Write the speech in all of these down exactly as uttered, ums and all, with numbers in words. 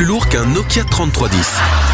plus lourd qu'un Nokia trente-trois dix.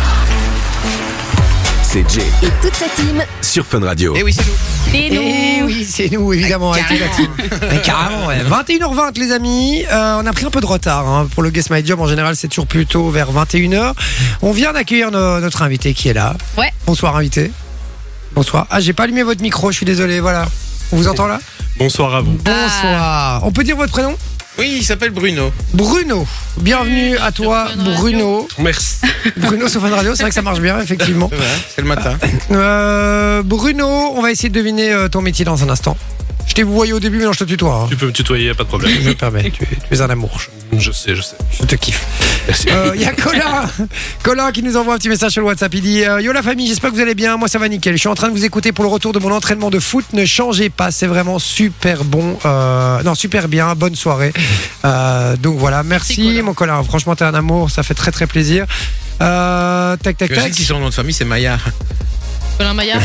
C'est Jay et toute sa team sur Fun Radio. Et oui, c'est nous. C'est nous. Et oui, c'est nous, évidemment, avec toute la team. Mais carrément, ouais. vingt et une heures vingt, les amis. Euh, on a pris un peu de retard. Hein. Pour le Guess My Job, en général, c'est toujours plutôt vers vingt et une heures. On vient d'accueillir no- notre invité qui est là. Ouais. Bonsoir, invité. Bonsoir. Ah, j'ai pas allumé votre micro, je suis désolé. Voilà. On vous entend là ? Bonsoir à vous. Bonsoir. On peut dire votre prénom ? Oui, il s'appelle Bruno. Bruno. Bienvenue à toi, Bruno. Merci. Bruno sur Fun Radio, c'est vrai que ça marche bien, effectivement. C'est vrai, c'est le matin. Euh, Bruno, on va essayer de deviner euh, ton métier dans un instant. Je t'ai vouvoyé au début, mais non, je te tutoie. Hein. Tu peux me tutoyer, pas de problème. Je me permets, tu, tu es un amour. Je, Je sais, je sais. je te kiffe. Merci. Il euh, y a Colin, Colin qui nous envoie un petit message sur le WhatsApp. Il dit euh, Yo la famille, j'espère que vous allez bien. Moi ça va nickel. Je suis en train de vous écouter pour le retour de mon entraînement de foot. Ne changez pas, c'est vraiment super bon. Euh, non, super bien. Bonne soirée. Euh, donc voilà, merci, Colin. mon Colin. Franchement, t'es un amour. Ça fait très très plaisir. Euh, tac tac Je sais tac. que son nom de famille, c'est Maillard. Colin Maillard.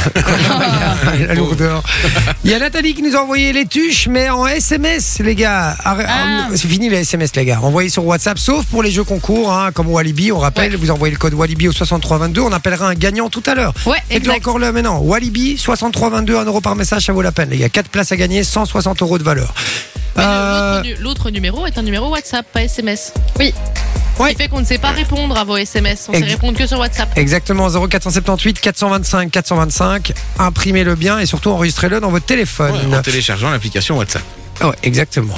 La lourdeur. Il y a Nathalie qui nous a envoyé les tuches, mais en S M S, les gars. Arrête- Ah. C'est fini les S M S, les gars. Envoyez sur WhatsApp, sauf pour les jeux concours, hein, comme Walibi. On rappelle, Ouais. vous envoyez le code Walibi au soixante-trois vingt-deux. On appellera un gagnant tout à l'heure. Ouais, Faites-le exact. encore là maintenant. Walibi, soixante-trois vingt-deux, un euro par message, ça vaut la peine, les gars. quatre places à gagner, cent soixante euros de valeur. Mais le- Euh, l'autre, nu- l'autre numéro est un numéro WhatsApp, pas S M S. Oui. Ce Ouais. qui fait qu'on ne sait pas répondre à vos S M S. On Ex- sait répondre que sur WhatsApp. Exactement, zéro quatre sept huit quatre cent vingt-cinq quatre cent vingt-cinq. Imprimez-le bien et surtout enregistrez-le dans votre téléphone. Ouais, en téléchargeant l'application WhatsApp. Ouais, exactement.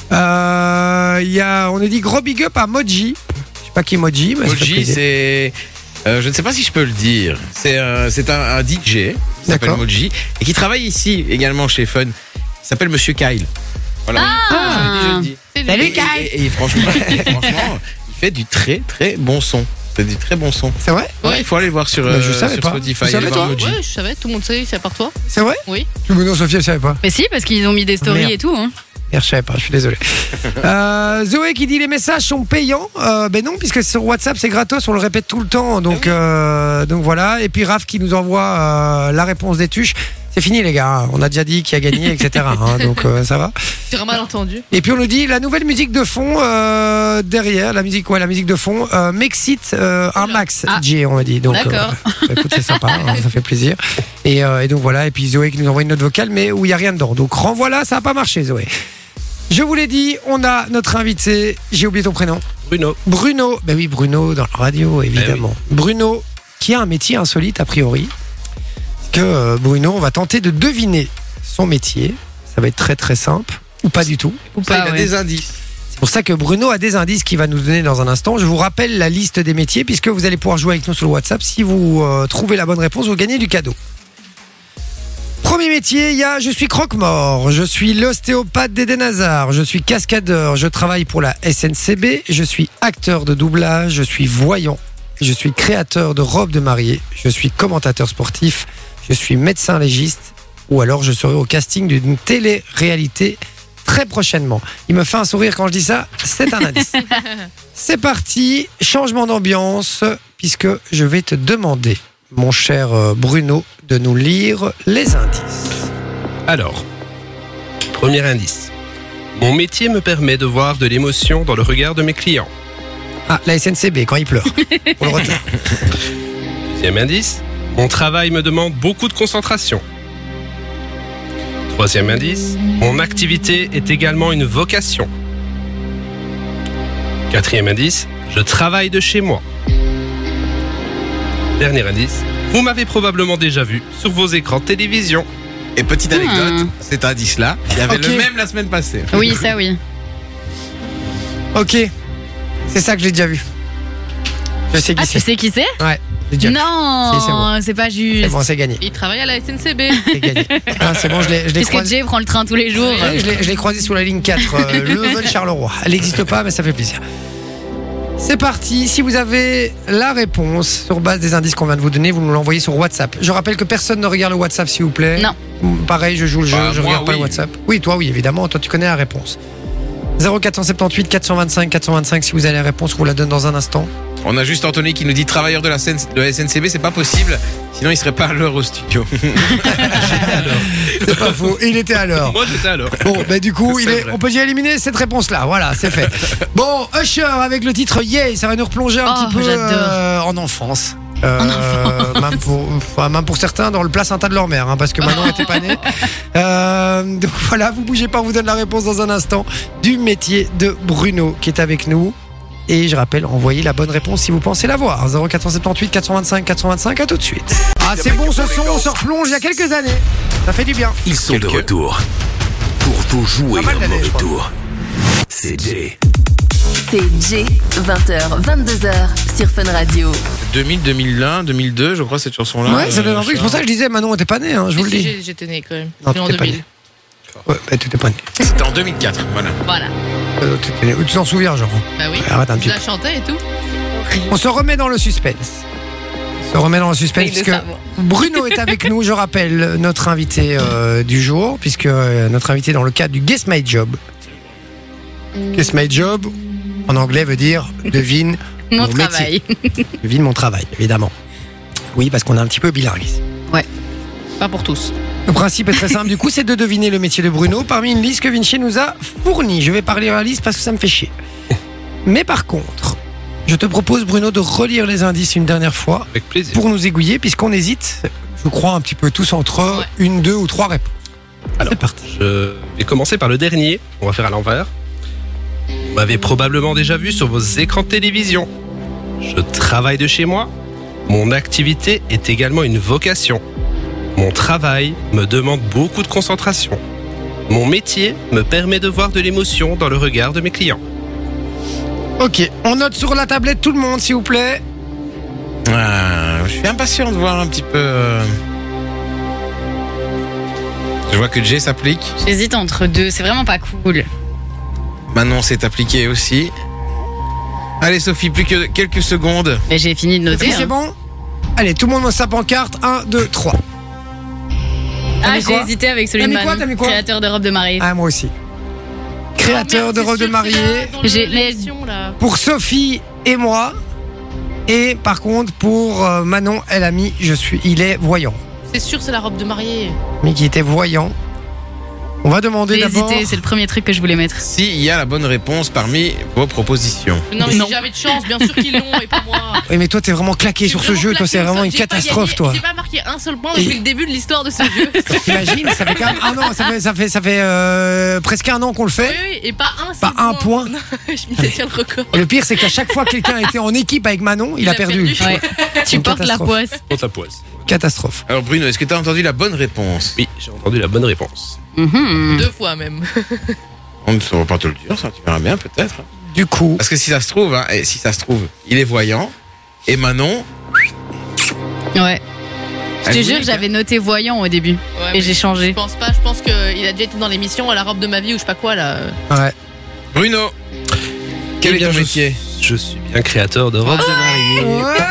Euh, il y a, on nous dit gros big up à Moji. Je sais pas qui est Moji, mais ça fait Moji, plaisir. c'est. euh, je ne sais pas si je peux le dire. C'est euh, c'est un, un D J qui s'appelle D'accord. Moji et qui travaille ici également chez Fun. Il s'appelle Monsieur Kyle. Voilà. Ah. Je le dis, C'est je le dis. Salut, Et- Kyle. Et, et franchement, franchement, il fait du très très bon son. C'est du très bon son. C'est vrai Ouais, il faut aller voir sur, Mais je euh, savais sur pas. Spotify. Tu savais, Allez voir toi Moji. Ouais, je savais, tout le monde sait, c'est à part toi. C'est vrai Oui. Tout le monde, Sophie, elle savait pas. Mais si, parce qu'ils ont mis des stories Merde. et tout. Hein. Merde, je savais pas, je suis désolé. Euh, Zoé qui dit les messages sont payants. Euh, ben non, puisque sur WhatsApp c'est gratos, on le répète tout le temps. Donc, euh, donc voilà. Et puis Raph qui nous envoie euh, la réponse des tuches. C'est fini les gars, on a déjà dit qui a gagné, et cetera. hein, donc euh, ça va. Tu as mal entendu. Et puis on nous dit la nouvelle musique de fond euh, derrière, la musique, ouais, la musique de fond euh, m'excite euh, un max, Ah. J, on m'a dit. Donc, D'accord. euh, bah, écoute, c'est sympa, hein, ça fait plaisir. Et, euh, et donc voilà, et puis Zoé qui nous envoie une note vocale, mais où il y a rien dedans. Donc renvoie-la, ça n'a pas marché, Zoé. Je vous l'ai dit, on a notre invité. J'ai oublié ton prénom. Bruno. Bruno. Ben oui, Bruno dans la radio, évidemment. Bruno, qui a un métier insolite a priori. Que euh, Bruno, on va tenter de deviner son métier. Ça va être très très simple, ou pas du tout. Ou Ça, pas, il a ouais. des indices. C'est pour ça que Bruno a des indices qu'il va nous donner dans un instant. Je vous rappelle la liste des métiers, puisque vous allez pouvoir jouer avec nous sur le WhatsApp. Si vous euh, trouvez la bonne réponse, vous gagnez du cadeau. Premier métier, il y a je suis croque-mort, je suis l'ostéopathe d'Eden Hazard, je suis cascadeur, je travaille pour la S N C B, je suis acteur de doublage, je suis voyant, je suis créateur de robes de mariée, je suis commentateur sportif, je suis médecin légiste, ou alors je serai au casting d'une télé-réalité très prochainement. Il me fait un sourire quand je dis ça, c'est un indice. C'est parti, changement d'ambiance, puisque je vais te demander, mon cher euh, Bruno, de nous lire les indices. Alors, premier indice. Mon métier me permet de voir de l'émotion dans le regard de mes clients. Ah, la S N C B, quand il pleure. Pour le retard. Deuxième indice. Mon travail me demande beaucoup de concentration. Troisième indice. Mon activité est également une vocation. Quatrième indice. Je travaille de chez moi. Dernier indice. Vous m'avez probablement déjà vu sur vos écrans de télévision. Et petite anecdote, Hmm. cet indice-là, il y avait Ok. le même la semaine passée. Oui, ça oui. Ok, c'est ça que j'ai déjà vu. Je sais qui Ah, tu c'est. sais qui c'est Ouais, j'ai déjà vu. Non, Si, c'est bon. c'est pas C'est juste. bon, c'est gagné. Il travaille à la S N C B. C'est gagné. Ah, c'est bon, je l'ai, je l'ai Puisque croisé. Jay prend le train tous les jours. Ouais, je l'ai, je l'ai croisé sous la ligne quatre, euh, Leuven-Charleroi. Elle n'existe pas, mais ça fait plaisir. C'est parti. Si vous avez la réponse sur base des indices qu'on vient de vous donner, vous nous l'envoyez sur WhatsApp. Je rappelle que personne ne regarde le WhatsApp, s'il vous plaît. Non. Pareil, je joue le jeu, Bah, je moi, regarde pas oui. le WhatsApp. Oui, toi, oui, évidemment. Toi, tu connais la réponse. zéro quatre sept huit quatre cent vingt-cinq quatre cent vingt-cinq. Si vous avez la réponse, on vous la donne dans un instant. On a juste Anthony qui nous dit travailleur de la, Sen- de la S N C B, c'est pas possible. Sinon, il serait pas à l'heure au studio. C'est pas faux. Il était à l'heure. Moi, j'étais alors. Bon, bah du coup, il C'est est, vrai. on peut déjà éliminer cette réponse-là. Voilà, c'est fait. Bon, Usher avec le titre Yeah, ça va nous replonger un Oh, petit peu j'adore. euh, en enfance. Euh, même, pour, enfin, même pour certains dans le placenta de leur mère, hein, parce que Manon n'était pas née. Euh, donc voilà, vous bougez pas, on vous donne la réponse dans un instant du métier de Bruno qui est avec nous. Et je rappelle, envoyez la bonne réponse si vous pensez l'avoir. zéro quatre sept huit quatre cent vingt-cinq quatre cent vingt-cinq, à tout de suite. Ah, c'est bon ce son, on se replonge il y a quelques années. Ça fait du bien. Ils sont de Quelques. retour pour vous jouer Pas mal un d'années, mauvais je crois. tour. C'est Jay. C'est Jay, vingt heures, vingt-deux heures sur Fun Radio. deux mille, deux mille un, deux mille deux, je crois, cette chanson-là. Ouais, ça donne un Euh, truc. C'est pour ça que je disais, Manon n'était pas née, hein, je vous le Si, si, dis. j'ai- J'étais né quand même. Non, Né en t'étais pas deux mille. Ouais, bah, tu t'es pas née. C'était en deux mille quatre, voilà. Voilà. Euh, tu t'es née. Tu t'en souviens, genre. Bah oui. Arrête un Je petit peu. la chantais et tout. On se remet dans le suspense. On se remet dans le suspense Oui, le puisque savon. Bruno est avec nous, je rappelle, notre invité euh, du jour, puisque euh, notre invité dans le cadre du Guess My Job. Guess My Job, en anglais, veut dire devine, Mon Mon métier. travail. devine mon travail, évidemment. Oui, parce qu'on est un petit peu bilingue ici. Pas pour tous. Le principe est très simple, du coup, c'est de deviner le métier de Bruno parmi une liste que Vinci nous a fournie. Je vais pas relire la liste parce que ça me fait chier. Mais par contre, je te propose, Bruno, de relire les indices une dernière fois Avec plaisir. pour nous aiguiller, puisqu'on hésite, je crois, un petit peu tous entre Ouais. une, deux ou trois réponses. Alors, C'est parti. Je vais commencer par le dernier. On va faire à l'envers. Vous m'avez probablement déjà vu sur vos écrans de télévision. Je travaille de chez moi. Mon activité est également une vocation. Mon travail me demande beaucoup de concentration. Mon métier me permet de voir de l'émotion dans le regard de mes clients. Ok, on note sur la tablette tout le monde, s'il vous plaît. Ah, je suis impatient de voir un petit peu. euh, Je vois que Jay s'applique. J'hésite entre deux, c'est vraiment pas cool. Manon s'est appliquée aussi. Allez, Sophie, plus que quelques secondes. Mais j'ai fini de noter. Sophie, c'est hein. bon? Allez, tout le monde met sa pancarte. un, deux, trois. T'as Ah, mis j'ai quoi hésité avec celui T'as de mis quoi, Manon, t'as mis quoi créateur de robe de mariée. Ah, moi aussi. Créateur Oh, merde, de c'est robe de sûr que mariée. c'est là, dans le- J'ai- mais- l'émission, là. Pour Sophie et moi. Et par contre, pour euh, Manon, elle a mis je suis, il est voyant. C'est sûr, c'est la robe de mariée. Mais qui était voyant. On va demander J'ai d'abord. hésité, c'est le premier truc que je voulais mettre. S'il y a la bonne réponse parmi vos propositions. Non, mais Non. si j'avais de chance, bien sûr qu'ils l'ont et pas moi. Oui, mais toi, t'es vraiment claqué sur ce J'ai jeu. vraiment Toi, c'est claqué vraiment au une sol. J'ai pas catastrophe, gagné- toi. J'ai pas marqué un seul point Et- depuis le début de l'histoire de ce jeu. T'imagines, ça fait quand même un an, ça fait, ça fait, ça fait euh, presque un an qu'on le Oui, fait. oui, et pas un seul Pas un point. Non, je me détiens le record. Et le pire, c'est qu'à chaque fois que quelqu'un a été en équipe avec Manon, il, Il a a perdu. perdu. Ouais. Tu Une portes la catastrophe. poisse. Contre la poisse. Catastrophe. Alors, Bruno, est-ce que tu as entendu la bonne réponse? Oui, j'ai entendu la bonne réponse. Mhm. Deux fois même. On ne saura pas te le dire, ça, tu verras bien, peut-être. Du coup, Parce que si ça se trouve, hein, et si ça se trouve, il est voyant. Et Manon. Ouais. Je elle te vous jure, dit, j'avais noté voyant au début. Ouais, Et mais j'ai Je changé. pense pas, je pense qu'il a déjà été dans l'émission à la robe de ma vie ou je sais pas quoi là. ouais. Bruno, quel Eh est bien, ton je métier? Je suis bien créateur de robes de mariée. Ouais.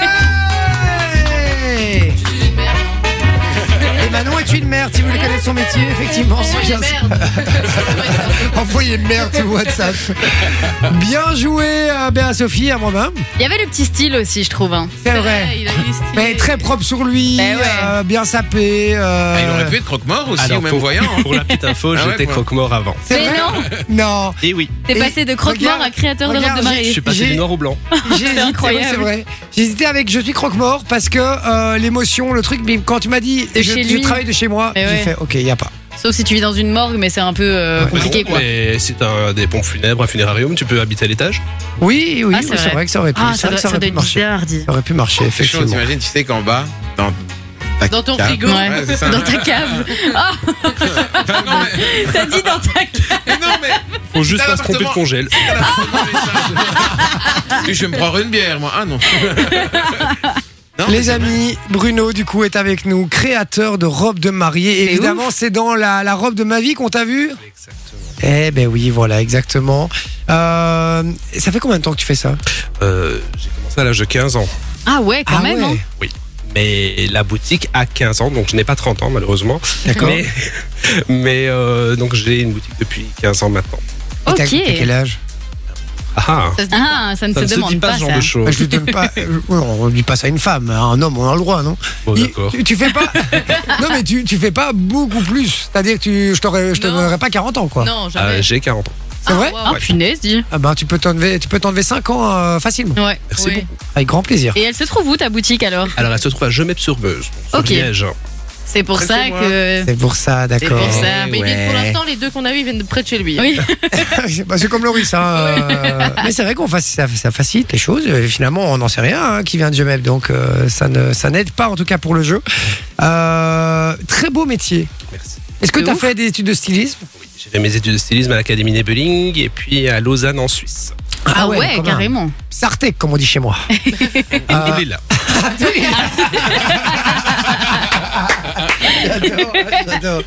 Et Manon est une merde, si vous voulez connaître son métier, effectivement. c'est Envoyez bien ça. merde. Envoyez merde sur WhatsApp. Bien joué à Béa Sophie, à moi-même. Il y avait le petit style aussi, je trouve. hein. C'est vrai. Il a il est stylé. Mais très propre sur lui, Ben ouais. euh, bien sapé. euh, Ah, il aurait pu être croque-mort aussi, Alors, ou même pour, voyant. hein. pour la petite info, Ah ouais, j'étais quoi. croque-mort avant. C'est Mais vrai non, Non. Et oui, t'es Et passé de croque-mort regarde- à créateur de robe regarde, de je mariée. suis passé J'ai- du noir au blanc. J'ai hésité, incroyable. c'est vrai. J'ai hésité avec je suis croque-mort parce que euh, l'émotion, le truc, mais quand tu m'as dit De je, chez je lui. travaille de chez moi, Mais j'ai ouais. fait ok, il y a pas. Sauf si tu vis dans une morgue, mais c'est un peu euh, Ouais. compliqué quoi. Mais si t'as des pompes funèbres, un funérarium, tu peux habiter à l'étage. Oui, oui, Ah, oui, c'est c'est vrai. vrai que ça aurait pu, Ah, c'est ça vrai doit, que ça ça aurait doit pu être marcher. bizarre, dis. Ça aurait pu marcher, C'est chaud, effectivement. t'imagines, tu sais qu'en bas, dans ta Dans ton cave- frigo. Ouais. Ouais, c'est ça. Dans ta cave. Ah, Enfin, non, mais- t'as dit dans ta cave. mais non, mais. Faut juste T'as pas se tromper de l'appartement. congèle. Je vais me prendre une bière, moi. Ah non. Non, mais Les c'est vrai. amis, Bruno du coup est avec nous, créateur de robes de mariée. C'est Évidemment, c'est dans la, la robe de ma vie qu'on t'a vu. Exactement. Eh ben oui, voilà, exactement. Euh, ça fait combien de temps que tu fais ça? Euh, j'ai commencé à l'âge de quinze ans. Ah ouais, quand Ah même. ouais. hein. Mais la boutique a quinze ans, donc je n'ai pas trente ans malheureusement. D'accord. Mais, mais euh, donc j'ai une boutique depuis quinze ans maintenant. Et t'as Ok. t'as quel âge? Ah, Ça se dit Ah, ça ne ça se ne se demande dit pas pas ce genre ça. de choses. Je lui donne pas. euh, on ne dit pas ça à une femme. À un homme, on a le droit, non? Bon, Il- d'accord. tu, tu fais pas. Non, mais tu, tu fais pas beaucoup plus. C'est-à-dire que tu, je t'aurais, je te Non. donnerais pas quarante ans, quoi. Non, Ah, jamais. j'ai quarante ans. C'est vrai? Ah, punaise, dis. Ah ben, tu peux t'enlever, tu peux t'enlever cinq ans euh, facilement. Ouais. Merci Oui. beaucoup. Avec grand plaisir. Et elle se trouve où ta boutique alors? Alors, elle se trouve à Gemep-sur-Meuse, sur Ok. Liège. C'est pour Près de ça chez moi. que. C'est pour ça, d'accord. pour ça. Mais ils viennent- pour Ouais. l'instant, les deux qu'on a eu, ils viennent de près de chez lui. Oui. Bah, c'est comme Loris, hein. euh, Mais c'est vrai qu'on fasse, ça, ça facilite les choses. Et finalement, on n'en sait rien hein, qui vient de Gemep, donc euh, ça ne, ça n'aide pas en tout cas pour le jeu. Euh, très beau métier. Merci. Est-ce que De tu as ouf. fait des études de stylisme? Oui, j'ai fait mes études de stylisme à l'Académie Nebelling et puis à Lausanne en Suisse. Ah ouais, quand même. carrément. Sartec, comme on dit chez moi. Ah. Il est là. J'adore, j'adore.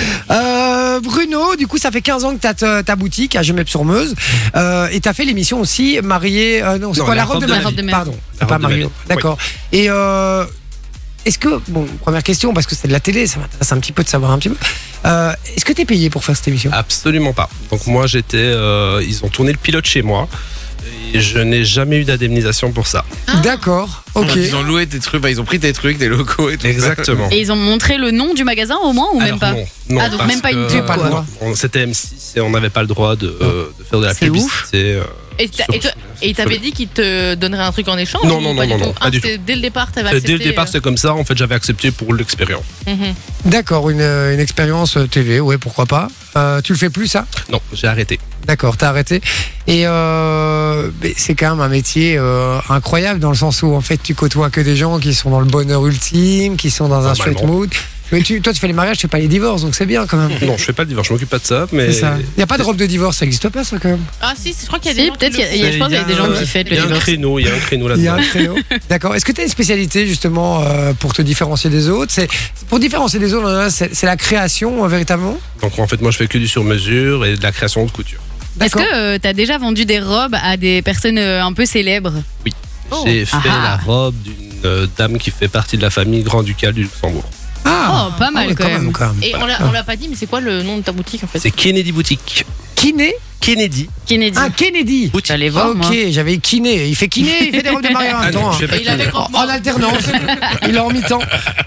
Euh, Bruno, du coup, ça fait quinze ans que tu as ta, ta boutique à Gemep-sur-Meuse. Euh, et tu as fait l'émission aussi, mariée. euh, non, c'est Non, quoi la la robe de robe de ma ma vie. vie. Pardon, La c'est pas robe de ma Mario. vie. D'accord. Et euh, est-ce que, bon, première question, parce que c'est de la télé, ça m'intéresse un petit peu de savoir un petit peu. Euh, est-ce que tu es payé pour faire cette émission? Absolument pas. Donc moi j'étais, euh, ils ont tourné le pilote chez moi et je n'ai jamais eu d'indemnisation pour ça. D'accord, ok. Ils ont loué tes trucs, bah, ils ont pris tes trucs, des locaux et tout. Exactement. Et ils ont montré le nom du magasin au moins ou même Alors, pas? non, non, Ah, donc parce même pas une que- pub, quoi. non, on- C'était M six et on n'avait pas le droit de, euh, de faire de la C'est publicité. euh, Et t'as- sur- et toi- et il t'avait dit qu'il te donnerait un truc en échange? Non, ou non, pas non, du non, tout pas Ah, du c'était dès le départ, t'avais Dès accepté. le départ euh, c'est comme ça, en fait j'avais accepté pour l'expérience. mhm. D'accord, une, une expérience T V, ouais, pourquoi pas. Euh, tu le fais plus, ça? Non, j'ai arrêté. D'accord, t'as arrêté. Et euh, mais c'est quand même un métier euh, incroyable dans le sens où en fait tu côtoies que des gens qui sont dans le bonheur ultime, qui sont dans un straight Normalement. mood. Mais tu, toi tu fais les mariages, tu fais pas les divorces, donc c'est bien quand même. Non, je fais pas le divorce, je m'occupe pas de ça, mais C'est ça. Il y a pas de robe de divorce, ça existe pas ça quand même. Ah si, je crois qu'il y a des Si, gens qui peut-être le qu'il y a- il y a- je pense qu'il y a des gens qui fêtent il le y a un divorce. créneau, il y a un créneau Il y a un là-dedans. créneau. D'accord. Est-ce que tu as une spécialité justement euh, pour te différencier des autres? C'est pour différencier des autres, euh, c'est c'est la création euh, véritablement. Donc en fait moi je fais que du sur-mesure et de la création de couture. Est-ce D'accord. que tu as déjà vendu des robes à des personnes euh, un peu célèbres? Oh. J'ai fait Ah. la robe d'une euh, dame qui fait partie de la famille Grand-Ducal du Luxembourg. Ah, Oh, pas mal ouais, quand même. quand même. Et on l'a on l'a pas dit, mais c'est quoi le nom de ta boutique en fait? C'est Kennedy Boutique. Kiné. Kennedy Kennedy. Ah, Kennedy. Boutique. J'allais voir, Ok, moi. j'avais kiné. Il fait kiné, il fait des robes de mariage en Ah même non, temps. je fais pas Et il avait En, complètement- en alternance. Il est en mi-temps.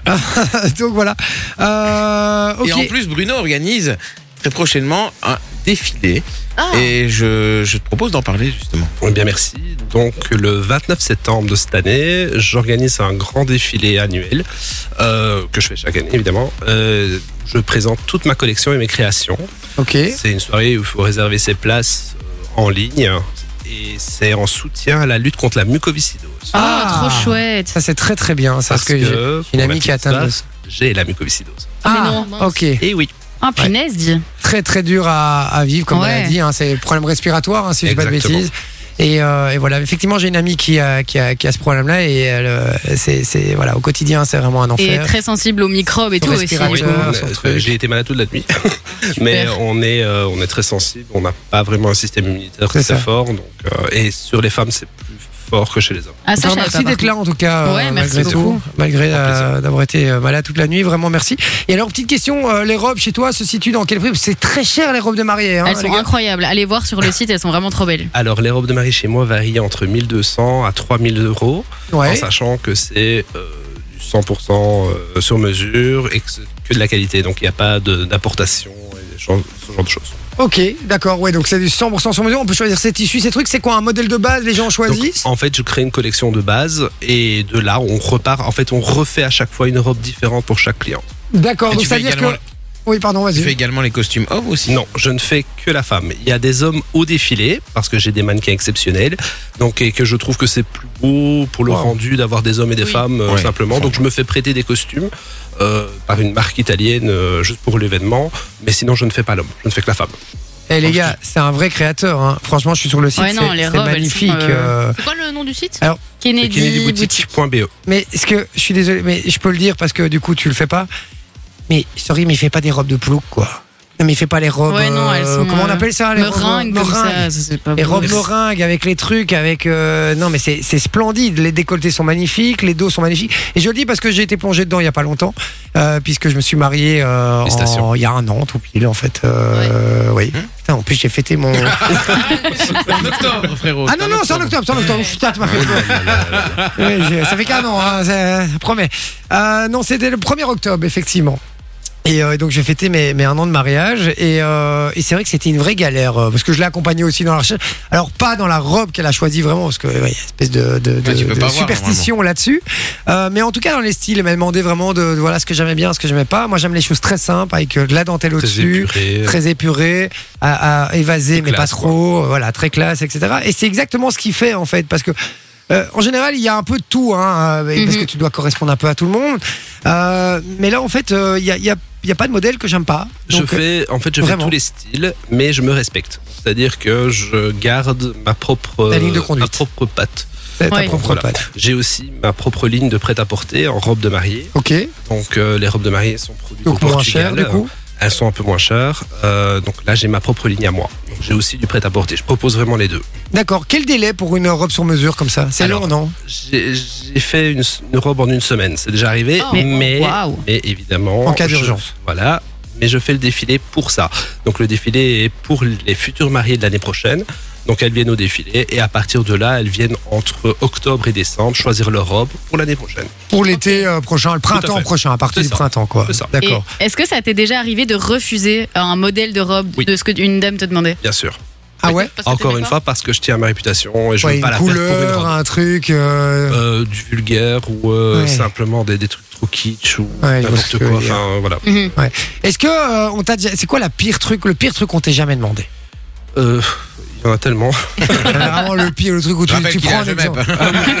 Donc voilà. Euh, ok. Et en plus, Bruno organise très prochainement un défilé. Ah, Et je, je te propose d'en parler justement. Eh bien merci. Donc le vingt-neuf septembre de cette année, j'organise un grand défilé annuel euh, que je fais chaque année évidemment. Euh, je présente toute ma collection et mes créations. Ok. C'est une soirée où il faut réserver ses places euh, en ligne et c'est en soutien à la lutte contre la mucoviscidose. Ah, Ah. trop chouette. Ça c'est très très bien. Ça, parce Parce que, j'ai que une pour la amie qui est petite atteinte de histoire, j'ai la mucoviscidose. mais Ah, non, mince. ok. Et oui. Ah, punaise, dis. Très très dur à, à vivre comme Ouais. maladie. Hein. C'est le problème respiratoire, hein, si je dis pas de Exactement. bêtises. Et, euh, et voilà, effectivement, j'ai une amie qui a, qui a, qui a ce problème-là et elle, euh, c'est, c'est voilà, au quotidien, c'est vraiment un Et enfer. très sensible aux microbes et Son tout aussi. respirateur. du coup. Euh, on son est- truc. j'ai été malade toute la nuit, mais on est, euh, on est très sensible. On n'a pas vraiment un système immunitaire C'est très ça. fort. Donc, euh, et sur les femmes, c'est plus fort que chez les hommes. Ah, ça, je savais merci pas, par d'être là contre. en tout cas, Ouais, euh, merci malgré beaucoup. tout, malgré Grand plaisir. euh, d'avoir été euh, malade toute la nuit, vraiment merci. Et alors petite question, euh, les robes chez toi se situent dans quel prix? C'est très cher les robes de mariée. Hein, Elles les sont gars. incroyables. Allez voir sur le site, elles sont vraiment trop belles. Alors, les robes de mariée chez moi varient entre mille deux cents à trois mille euros, en Ouais. sachant que c'est euh, du cent pour cent euh, sur mesure et que c'est que de la qualité. Donc, il n'y a pas de- d'importation et ce genre, ce genre de choses. Ok, d'accord, ouais, donc c'est du cent pour cent sur mesure. On peut choisir ses tissus, ces trucs. C'est quoi un modèle de base? Les gens Donc, choisissent. en fait, je crée une collection de base et de là, on repart. En fait, on refait à chaque fois une robe différente pour chaque client. D'accord, Et donc tu fais c'est à dire également, que. Oui, pardon, tu fais vas-y. également les costumes hommes aussi. Non, je ne fais que la femme. Il y a des hommes au défilé parce que j'ai des mannequins exceptionnels, donc et que je trouve que c'est plus beau pour le Wow. rendu d'avoir des hommes et des Oui. femmes euh, Ouais. simplement. Donc je me fais prêter des costumes euh, par une marque italienne euh, juste pour l'événement, mais sinon je ne fais pas l'homme, je ne fais que la femme. Eh les gars, c'est un vrai créateur. Hein. Franchement, je suis sur le site. Ouais, non, c'est les c'est robes, elles magnifique. sont, euh, euh, C'est quoi le nom du site? Kennedy, Kennedy Boutique. Boutique point B E. Mais est-ce que je suis désolé, mais je peux le dire parce que du coup tu le fais pas. Mais sorry, mais il fait pas des robes de plouc quoi. Non, mais il fait pas les robes. Ouais, non, elles euh, sont. comment on euh, appelle ça les meringues robes comme meringues. ça, ça, c'est pas Les beau. robes meringues avec les trucs, avec euh, non mais c'est c'est splendide. Les décolletés sont magnifiques, les dos sont magnifiques. Et je le dis parce que j'ai été plongé dedans il y a pas longtemps, euh, puisque je me suis marié euh, en- il y a un an tout pile en fait. Euh, Oui. Putain, en plus j'ai fêté mon. En octobre, frérot. Ah non non c'est en octobre, c'est en octobre. Putain, tu m'as fait peur. Ouais, j'ai- ça fait qu'un an, hein, ça, ça promet. Euh, non, c'était le premier octobre effectivement. Et euh, donc j'ai fêté mes, mes un an de mariage et, euh, et c'est vrai que c'était une vraie galère euh, parce que je l'ai accompagnée aussi dans la recherche. Alors pas dans la robe qu'elle a choisie vraiment parce que ouais, y a une espèce de, de, de, Ouais, tu peux de pas voir, superstition là-dessus. Euh, mais en tout cas dans les styles, elle m'a demandé vraiment de, de voilà ce que j'aimais bien, ce que j'aimais pas. Moi j'aime les choses très simples avec euh, de la dentelle Très au-dessus, épuré. très épuré, à, à évaser mais pas classe, trop, euh, voilà très classe, et cetera. Et c'est exactement ce qu'il fait en fait parce que euh, en général, il y a un peu de tout, hein, euh, parce Mhm. que tu dois correspondre un peu à tout le monde. Euh, mais là, en fait, euh, il y, a, il y, a, il y a pas de modèle que j'aime pas. Je Donc, euh, fais, en fait, je vraiment. fais tous les styles, mais je me respecte. C'est-à-dire que je garde ma propre, Ta ligne de conduite. ma propre patte. c'est ta Ouais. propre Voilà. patte. J'ai aussi ma propre ligne de prêt-à-porter en robe de mariée. Ok. Donc euh, les robes de mariée sont produites Donc au moins Portugal. cher, du coup. Elles sont un peu moins chères. Euh, donc là, j'ai ma propre ligne à moi. Donc, j'ai aussi du prêt-à-porter. Je propose vraiment les deux. D'accord. Quel délai pour une robe sur mesure comme ça? C'est Alors, long, non? J'ai j'ai fait une, une robe en une semaine. C'est déjà arrivé. Oh, mais, waouh. mais évidemment. En cas je- d'urgence. Voilà. Mais je fais le défilé pour ça. Donc le défilé est pour les futurs mariés de l'année prochaine. Donc elles viennent au défilé et à partir de là, elles viennent entre octobre et décembre choisir leur robe pour l'année prochaine. Pour l'été euh, prochain, le printemps fait. prochain, à partir C'est du ça. printemps, quoi. C'est ça. Et D'accord. est-ce que ça t'est déjà arrivé de refuser un modèle de robe Oui. de ce qu'une dame te demandait? Bien sûr. Ah ouais? Parce que Encore t'aimais une pas fois parce que je tiens à ma réputation et je Ouais, veux une pas la perdre pour une couleur, robe. un truc. euh, Euh, du vulgaire ou euh, Ouais. simplement des, des trucs trop kitsch ou Ouais, je vois ce n'importe que quoi. tu veux dire. Enfin voilà. Mhm. Est-ce que euh, on t'a déjà... c'est quoi la pire truc, le pire truc qu'on t'ait jamais demandé? Euh, Il y en a tellement. Vraiment le pire, le truc où Je tu, rappelle tu qu'il prends a un jamais exemple.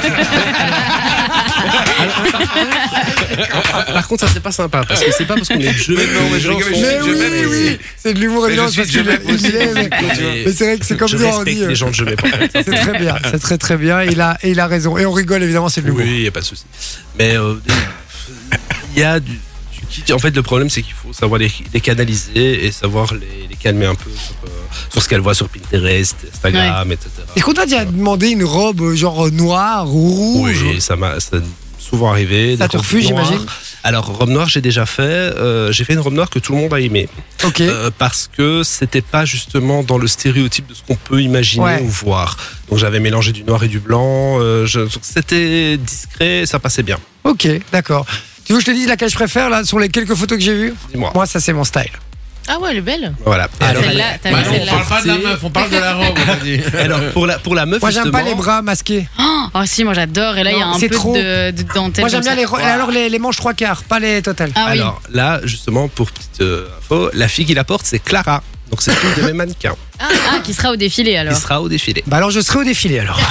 Par contre, ça c'est pas sympa parce que c'est pas parce qu'on est jeune. Mais non, que mais les je gens rigole, sont- Mais je oui, m'aime oui, aussi. oui, c'est de l'humour Mais je évident suis parce de qu'il Genève est- aussi. il est- mais- Mais- mais c'est vrai que c'est comme je nous on respecte dit. les gens que je vais pas. C'est très bien, c'est très très bien. Il a, il a raison. Et on rigole évidemment, c'est de l'humour. Oui, il n'y a pas de souci. Mais euh, il y a du, du kitsch. En fait, le problème, c'est qu'il faut savoir les, les canaliser et savoir les, les calmer un peu sur, euh, sur ce qu'elles voient sur Pinterest, Instagram, et cetera. Est-ce qu'on t'a déjà demandé une robe euh, genre euh, noire ou rouge? Oui, ça m'a ça a souvent arrivé. Ça des te robes refuse, noires. j'imagine? Alors, robe noire, j'ai déjà fait. Euh, j'ai fait une robe noire que tout le monde a aimé. Ok. Euh, parce que c'était pas justement dans le stéréotype de ce qu'on peut imaginer Ouais. ou voir. Donc j'avais mélangé du noir et du blanc. Euh, je- donc c'était discret, ça passait bien. Ok, d'accord. Tu veux que je te dise laquelle je préfère là sur les quelques photos que j'ai vues? Dis-moi. Moi, ça c'est mon style. Ah ouais, elle est belle. Voilà. Et alors, Celle-là, t'as Bah vu non, on celle-là? parle pas de la meuf, on parle de la robe, on a dit. alors, pour la pour la meuf Moi, j'aime pas justement, les bras masqués. Oh si, moi j'adore. Et là, il y a Non, un c'est peu trop. de, de dentelle. Moi, j'aime comme bien ça. les, ro- alors les, les manches trois quarts, pas les totales. Ah oui. Alors là, justement, pour petite euh, info, la fille qui la porte, c'est Clara. Donc c'est une de mes mannequins Ah, qui sera au défilé alors. qui sera au défilé. Bah alors je serai au défilé alors.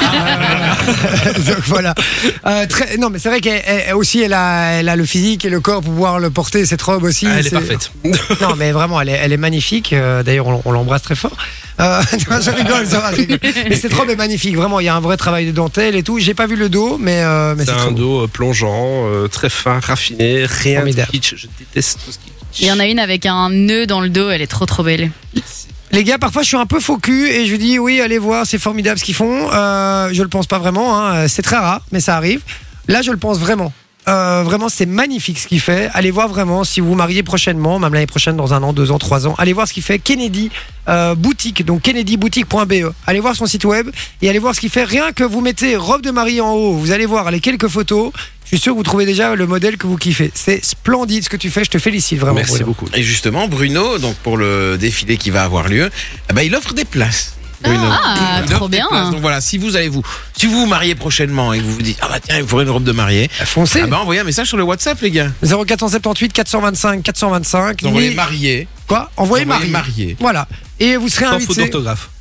Euh, Donc voilà. Euh, très, non mais c'est vrai qu'elle elle- aussi elle a, elle a le physique et le corps pour pouvoir le porter cette robe aussi. Ah, elle est c'est- parfaite. Non mais vraiment elle est, elle est magnifique. Euh, D'ailleurs on, on l'embrasse très fort. Euh, non, je rigole, ça va, je rigole. Mais cette robe est magnifique. Vraiment il y a un vrai travail de dentelle et tout. J'ai pas vu le dos mais, euh, mais C'est c'est un trop beau. dos euh, plongeant, euh, très fin, raffiné, rien de Formidable. kitsch. Je déteste tout ce qui est kitsch. Il y en a une avec un nœud dans le dos. Elle est trop trop belle. Les gars, parfois je suis un peu faux cul et je dis oui, allez voir, c'est formidable ce qu'ils font. Euh, je le pense pas vraiment, hein. C'est très rare, mais ça arrive. Là, je le pense vraiment. Euh, vraiment, c'est magnifique ce qu'il fait. Allez voir vraiment si vous vous mariez prochainement, même l'année prochaine, dans un an, deux ans, trois ans. Allez voir ce qu'il fait. Kennedy euh, Boutique, donc kennedy boutique point b e. Allez voir son site web et allez voir ce qu'il fait. Rien que vous mettez robe de mariée en haut, vous allez voir les quelques photos. Je suis sûr que vous trouvez déjà le modèle que vous kiffez. C'est splendide ce que tu fais. Je te félicite vraiment. Merci Bruno. beaucoup. Et justement, Bruno, donc pour le défilé qui va avoir lieu, eh ben, il offre des places. Bruno. Ah, Il offre trop des bien. places. Donc voilà, si vous allez vous, si vous vous mariez prochainement et que vous vous dites, ah bah tiens, il me faudrait une robe de mariée, Foncez. ah bah envoyez un message sur le WhatsApp, les gars. zéro quatre cent soixante-dix-huit quatre cent vingt-cinq quatre cent vingt-cinq. Vous envoyez Ni- marié. Quoi Envoyez Envoyez marié. marié. Voilà. Et vous serez Sans faute invité d'orthographe.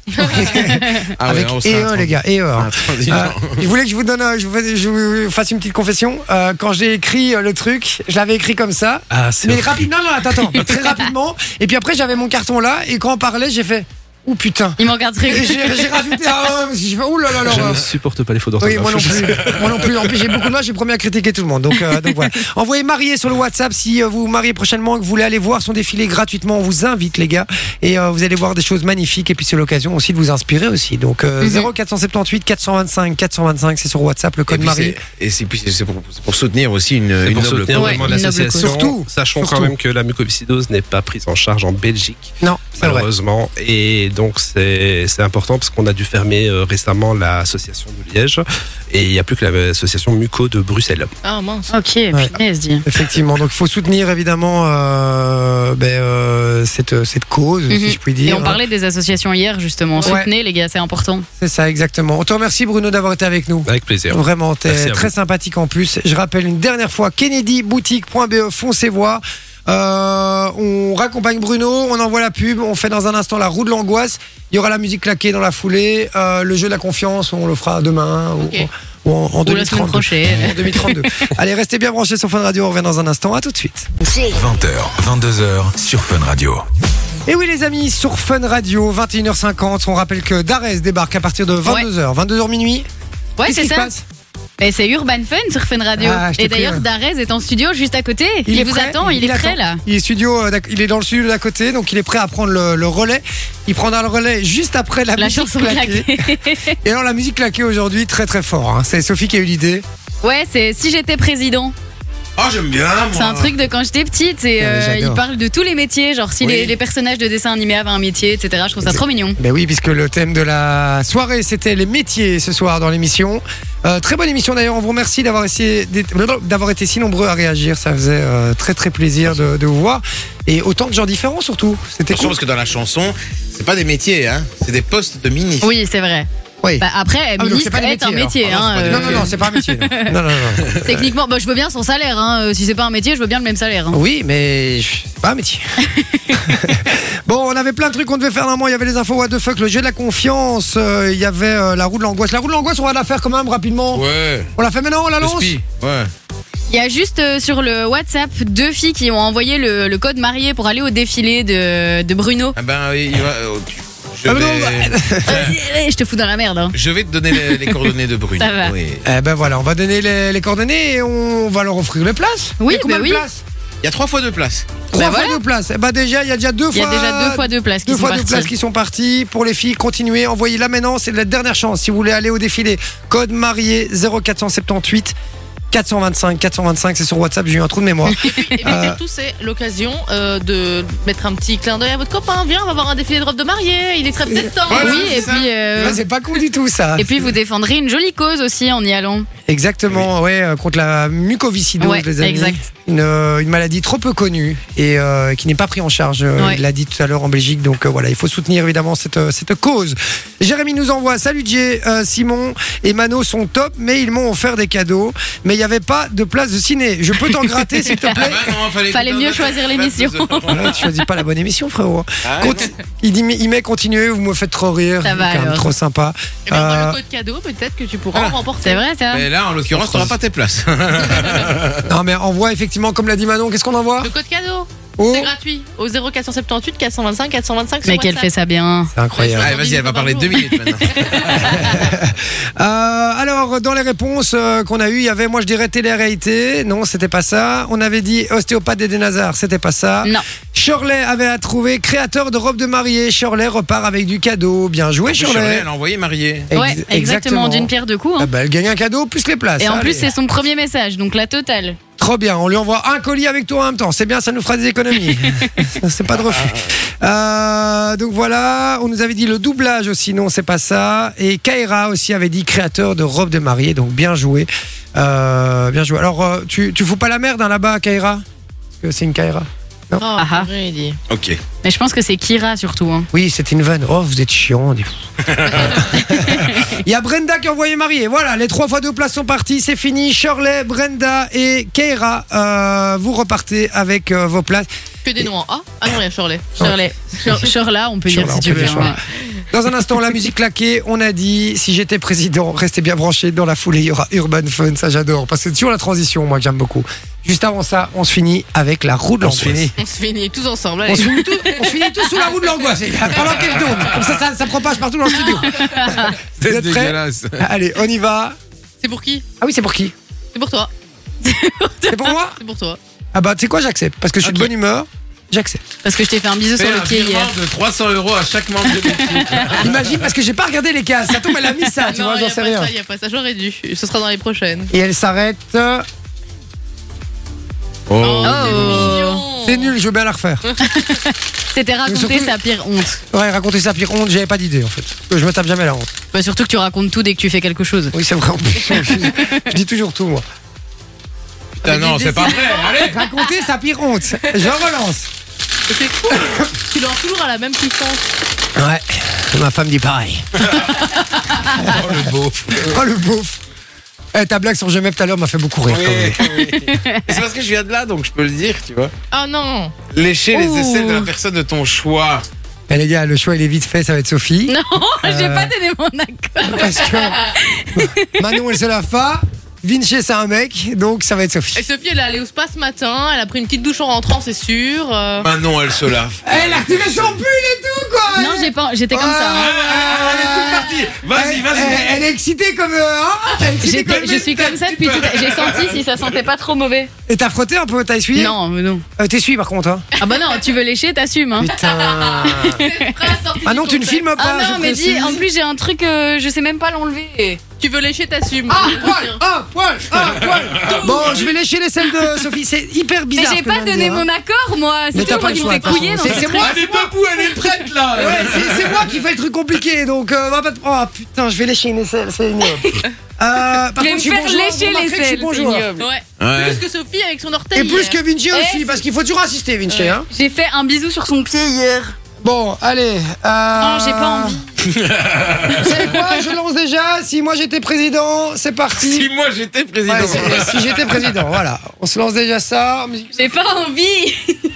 Ah avec non, E c'est E, les gars, E E. hein. Intransigeant. Euh, je voulais que je vous donne, un- je vous, je vous fasse une petite confession. Euh, quand j'ai écrit euh, le truc, je l'avais écrit comme ça. Ah, c'est Mais horrible. rapidement, non, non, attends, attends, très rapidement. Et puis après, j'avais mon carton là, et quand on parlait, j'ai fait. Ouh putain. Il manque un truc. J'ai j'ai rajouté un E, parce que je fais ouh là là là. Je là. ne supporte pas les fautes Oui, d'orthographe. moi non plus. Moi non plus. En plus, j'ai beaucoup de mal. J'ai promis à critiquer tout le monde. Donc, euh, donc voilà. Envoyez marié sur le WhatsApp si euh, vous vous mariez prochainement et que vous voulez aller voir son défilé gratuitement. On vous invite, les gars. Et euh, vous allez voir des choses magnifiques. Et puis, c'est l'occasion aussi de vous inspirer aussi. Donc, euh, Mhm. zéro quatre cent soixante-dix quatre cent vingt-cinq quatre cent vingt-cinq, c'est sur WhatsApp, le Et code puis marié. c'est- Et c'est puis c'est pour, c'est pour soutenir aussi une, C'est une pour noble soutenir cause. Ouais, vraiment une noble l'association. cause. Surtout, Sachons surtout. quand même que la mucoviscidose n'est pas prise en charge en Belgique, Non, c'est vrai. malheureusement. Et donc, c'est c'est important parce qu'on a dû fermer euh, récemment l'association de Liège. Et il n'y a plus que l'association Muco de Bruxelles. Ah mince. Ok, Ouais. punaise, dit. Effectivement. Donc, il faut soutenir évidemment euh, ben, euh, cette, cette cause, Mhm. si je puis Et dire. on parlait des associations hier, justement. Ouais. Soutenez, les gars, c'est important. C'est ça, exactement. On te remercie, Bruno, d'avoir été avec nous. Avec plaisir. Vraiment, Merci t'es à très vous. sympathique en plus. Je rappelle une dernière fois, kennedy boutique point b e, foncez voir. Euh, on raccompagne Bruno, on envoie la pub, on fait dans un instant la roue de l'angoisse. Il y aura la musique claquée dans la foulée. Euh, le jeu de la confiance, on le fera demain ou- Ok. ou, en, en Ou la semaine deux mille trente-deux. prochaine. En deux mille trente-deux. Allez, restez bien branchés sur Fun Radio, on revient dans un instant. À tout de suite. vingt heures, vingt-deux heures sur Fun Radio. Et oui les amis, sur Fun Radio, vingt et une heures cinquante, on rappelle que Darès débarque à partir de vingt-deux heures. vingt-deux heures minuit. Ouais, Qu'est-ce c'est qui se ça. passe Et c'est Urban Fun sur Fun Radio. Ah, je t'ai Et d'ailleurs, pris, Darès est en studio juste à côté. Il, est vous prêt, attend, il, est prêt attend. là. Il est studio, euh, d'ac- il est dans le studio d'à côté, donc il est prêt à prendre le, le relais. Il prendra le relais juste après la, La musique chanson claquée. claquée. Et alors la musique claquée aujourd'hui, très très fort. hein. C'est Sophie qui a eu l'idée. Ouais, c'est Si j'étais président. Ah, j'aime bien, moi. C'est un truc de quand j'étais petite. Et Ouais, euh, j'adore. il parle de tous les métiers. Genre si Oui. les, les personnages de dessins animés avaient un métier, et cetera. Je trouve ça trop mignon. Ben oui, puisque le thème de la soirée, c'était les métiers ce soir dans l'émission. Euh, très bonne émission d'ailleurs. On vous remercie d'avoir essayé d'être- d'avoir été si nombreux à réagir. Ça faisait euh, très très plaisir de, de vous voir. Et autant de gens différents surtout. C'était Attention, cool. parce que dans la chanson, c'est pas des métiers, hein. C'est des postes de ministre. Oui, c'est vrai. Oui. Bah, après, Ah, donc ministre c'est pas des est un métiers, métier. alors. hein, Ah, non, Non, euh, non, non, c'est pas un métier. Non, non, non. non. Techniquement, bah, je veux bien son salaire. Hein. Euh, Si c'est pas un métier, je veux bien le même salaire. hein. Oui, mais c'est pas un métier. Bon, on avait plein de trucs qu'on devait faire normalement. Il y avait les infos what the fuck, le jeu de la confiance. euh, Il y avait euh, la roue de l'angoisse. La roue de l'angoisse, on va la faire quand même rapidement. Ouais. On la fait maintenant, on la Le lance. spi. Ouais. Il y a juste euh, sur le WhatsApp deux filles qui ont envoyé le, le code marié pour aller au défilé de, de Bruno. Ah ben, il va. euh, tu- Je Ah, mais non, vais, Je te fous dans la merde. Hein. je vais te donner les, les coordonnées de Bruno. Ça va. Oui. Eh ben voilà, on va donner les, les coordonnées et on va leur offrir les places. Oui, Il y a combien bah de oui. places Il y a trois fois deux places. Trois Bah fois voilà. deux places. Eh ben déjà, il y a déjà deux Il y fois. a déjà deux fois deux places qui Deux sont fois deux parties. places qui sont parties. Pour les filles, continuez, envoyez là maintenant. C'est la dernière chance. Si vous voulez aller au défilé, code marié zéro quatre cent soixante-dix-huit quatre cent vingt-cinq quatre cent vingt-cinq, c'est sur WhatsApp. J'ai eu un trou de mémoire. Et puis Euh. surtout, c'est l'occasion euh, de mettre un petit clin d'œil à votre copain. Viens, on va voir un défilé de robe de mariée. Il est très peut-être temps. Voilà, Oui, c'est et ça. puis, euh, Ouais, c'est pas con du tout ça. et puis vous défendrez une jolie cause aussi en y allant. Exactement, ouais, euh, contre la mucoviscidose, Ouais, les amis. exact. Une, euh, une maladie trop peu connue et euh, qui n'est pas prise en charge. euh, Ouais. Il l'a dit tout à l'heure en Belgique. Donc euh, voilà, il faut soutenir évidemment cette, euh, cette cause. Jérémy nous envoie salut Jay, euh, Simon et Mano sont top, mais ils m'ont offert des cadeaux. Mais il n'y avait pas de place de ciné. Je peux t'en gratter s'il te Ah plaît. ben non, fallait, Fallait mieux choisir l'émission. Voilà, tu choisis pas la bonne émission, frérot. Ah, Conti- il dit, il met continuez, vous me faites trop rire. Ça va, C'est quand même alors. trop sympa. Et bien, Euh, le code cadeau, peut-être que tu pourras Voilà. en remporter. C'est vrai ça. Mais là, en l'occurrence, t'auras pas tes places. non mais envoie effectivement, comme l'a dit Manon, qu'est-ce qu'on envoie? Le code cadeau, Oh, c'est gratuit. Au zéro quatre cent soixante-dix-huit quatre cent vingt-cinq quatre cent vingt-cinq sur Mais qu'elle WhatsApp. fait ça bien. c'est incroyable. Allez, vas-y, elle va parler deux minutes maintenant. Euh, alors, dans les réponses euh, qu'on a eues, il y avait, moi je dirais télé-réalité. Non, c'était pas ça. On avait dit ostéopathe d'Eden Hazard, c'était pas ça. Non. Shirley avait à trouver créateur de robe de mariée. Shirley repart avec du cadeau. Bien joué, Shirley, Shirley. elle a envoyé mariée. Ex- Ouais, exactement, d'une pierre deux coups. hein. Ah bah, elle gagne un cadeau plus les places. Et en Allez. plus, c'est son premier message, donc la totale. Trop bien, on lui envoie un colis avec toi en même temps. C'est bien, ça nous fera des économies. C'est pas de refus. Euh, donc voilà, on nous avait dit le doublage aussi, non, c'est pas ça. Et Kaira aussi avait dit créateur de robe de mariée, donc bien joué. Euh, bien joué. Alors, euh, tu, tu fous pas la merde hein, là-bas, Kaira? Parce que c'est une Kaira. Oh, Ah ah. purée, il dit. Ok. Mais je pense que c'est Kira surtout. hein. Oui, c'était une vanne. Oh, vous êtes chiant. Il y a Brenda qui a envoyé mariée. Voilà, les trois fois deux places sont parties. C'est fini. Shirley, Brenda et Kaira, euh, vous repartez avec euh, vos places. Que des noms en A. Ah non, il y a Shirley. Shirley. Shir- Shirla, on peut Shirla, dire si on tu peut veux. dire Shirla. hein. Dans un instant, la musique claquée. On a dit, si j'étais président, restez bien branchés. Dans la foulée, il y aura Urban Fun. Ça, j'adore. Parce que c'est toujours la transition, moi, que j'aime beaucoup. Juste avant ça, on se finit avec la roue de On se l'angoisse. finit. On se finit tous ensemble. On Allez. se finit tous, on se finit tous sous la roue de l'angoisse, les gars, pendant qu'elle tourne. Comme ça, ça, ça propage partout dans le studio. Vous C'est êtes prêts? dégueulasse. Allez, on y va. C'est pour qui? Ah oui, c'est pour qui? C'est pour toi. C'est pour moi? C'est pour toi. Ah bah, tu sais quoi, j'accepte. Parce que je suis de Ok. bonne humeur, j'accepte. Parce que je t'ai fait un bisou Fais sur le un pied hier. virement de trois cents euros à chaque membre de l'équipe. Imagine, parce que j'ai pas regardé les cases. Ça tombe, elle a mis ça, tu non, vois, y j'en a sais pas rien. ça, y a pas ça. J'aurais dû. Ce sera dans les prochaines. Et elle s'arrête. euh, Oh. Oh. mignon. C'est nul, je veux bien la refaire. C'était raconter surtout- sa pire honte. Ouais, raconter sa pire honte, j'avais pas d'idée en fait. Je me tape jamais la honte. Bah, surtout que tu racontes tout dès que tu fais quelque chose. Oui, c'est vrai en plus. je, je dis toujours tout, moi. Putain, non, c'est pas vrai. Allez. Raconter sa pire honte. Je relance. Et C'est cool. Tu l'as toujours à la même puissance. Ouais, ma femme dit pareil. Oh, le beauf. Oh le beauf. Eh, ta blague sur je m'aime tout à l'heure m'a fait beaucoup rire. quand même. Oui, oui. Et c'est parce que je viens de là, donc je peux le dire, tu vois. Oh non. Lécher les Ouh. aisselles de la personne de ton choix. Eh les gars, le choix il est vite fait, ça va être Sophie. Non, j'ai Euh. pas donné mon accord. Parce que Manon elle se lave pas. Vinci c'est un mec, donc ça va être Sophie. Et Sophie, elle est allée au spa ce matin. Elle a pris une petite douche en rentrant, c'est sûr. Euh, Manon, elle se lave. Elle a retiré son pull et tout quoi. Non, j'ai pas, j'étais comme Ouais. ça. hein. Ah, elle est toute partie. Vas-y, Elle- vas-y. Elle, elle est excitée comme. euh, hein Elle est excitée J'étais- comme- je suis comme ça depuis tout à J'ai senti si ça sentait pas trop mauvais. Et t'as frotté un peu, t'as essuyé? Non, mais non. Euh, T'essuies par contre, hein. Ah bah non, tu veux lécher, t'assumes. Hein. Putain. Ah non, tu ne filmes pas. Ah je non, mais dis, précise. en plus j'ai un truc, euh, je sais même pas l'enlever. Tu veux lécher, t'assumes. Ah, poil, ah, poil, ah, poil. Bon, je vais lécher les selles de Sophie. C'est hyper Mais bizarre. j'ai ce que pas je viens de donné dire, hein. mon accord, moi. Mais C'est t'as tout, pas moi le qui me choix, fais de toute couiller façon. dans C'est- ce c'est truc. moi. Elle est debout, elle est prête là. Ouais, c'est c'est moi qui fais le truc compliqué, donc euh, va pas te. Oh putain, je vais lécher une aisselle, c'est ignoble. Euh, par Je vais contre, me je suis faire bon joueur, lécher vous remarquerez les que je suis selles, bon c'est joueur. ignoble. Ouais. Ouais. Plus que Sophie avec son orteil. Et plus hier. que Vinci aussi, Eh, parce qu'il faut toujours assister, Vinci. Ouais. Hein. J'ai fait un bisou sur son pied hier. Bon, allez. Euh... Non, j'ai pas envie. Vous savez quoi? Je lance déjà. Si moi j'étais président, c'est parti. Si moi j'étais président. Ouais, c'est- si j'étais président, voilà. On se lance déjà ça. J'ai pas envie.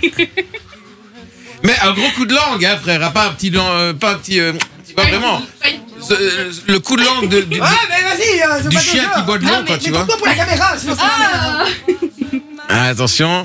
Mais un gros coup de langue, hein, frère. Pas un petit, lan- euh, pas un petit, euh, tu vois vraiment. Ce- euh, le coup de langue de- du, Ouais, mais vas-y. euh, c'est du pas ton chien jeu. qui boit de Non, l'eau, mais- quoi, Mais tu vois. tourne-toi pour la caméra, sinon ça va rien. Ah, attention.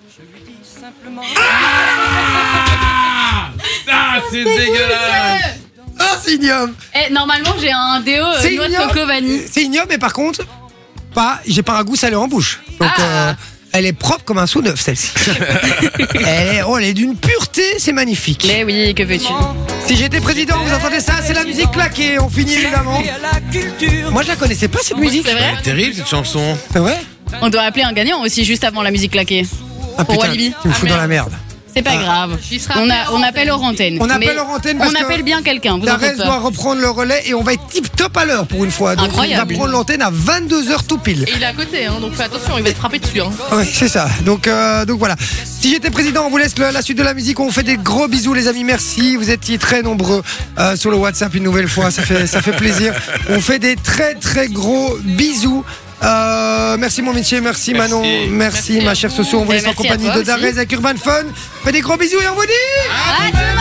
Ah, c'est dégueulasse. Ah, c'est ignoble. Eh, normalement, j'ai un déo euh, C'est noix de ignoble. coco vanille. C'est ignoble, mais par contre, pas, j'ai pas un goût salé en bouche. Donc, Ah. euh, elle est propre comme un sou neuf, celle-ci. elle est, oh, elle est d'une pureté, c'est magnifique. Mais oui, que veux-tu? Si j'étais président, vous entendez ça, c'est la musique claquée. On finit évidemment. Moi, je la connaissais pas cette musique. C'est vrai? Terrible cette chanson. C'est vrai? On doit appeler un gagnant aussi juste avant la musique claquée. Ah Pour putain, Walibi. tu me fous Ah, dans la merde. merde. C'est pas Ah. grave. Il sera On, appelé a, hors on appelle antenne. hors antenne. On appelle Mais hors antenne parce on que appelle bien quelqu'un, vous en Darès faites doit pas. reprendre le relais et on va être tip top à l'heure pour une fois. Donc Incroyable. il va prendre l'antenne à vingt-deux heures tout pile. Et il est à côté, hein, donc fais attention, il va te frapper dessus. Hein. Oui, c'est ça. Donc, euh, donc voilà. Si j'étais président, on vous laisse le- la suite de la musique. On vous fait des gros bisous, les amis. Merci. Vous étiez très nombreux euh, sur le WhatsApp une nouvelle fois. Ça fait, ça fait plaisir. On fait des très, très gros bisous. Euh, merci mon métier, merci, Manon, merci, Merci ma à chère vous. Soso. On vous Et laisse en merci à compagnie toi de aussi. Darès avec Urban Fun. Faites des gros bisous et on vous dit À demain.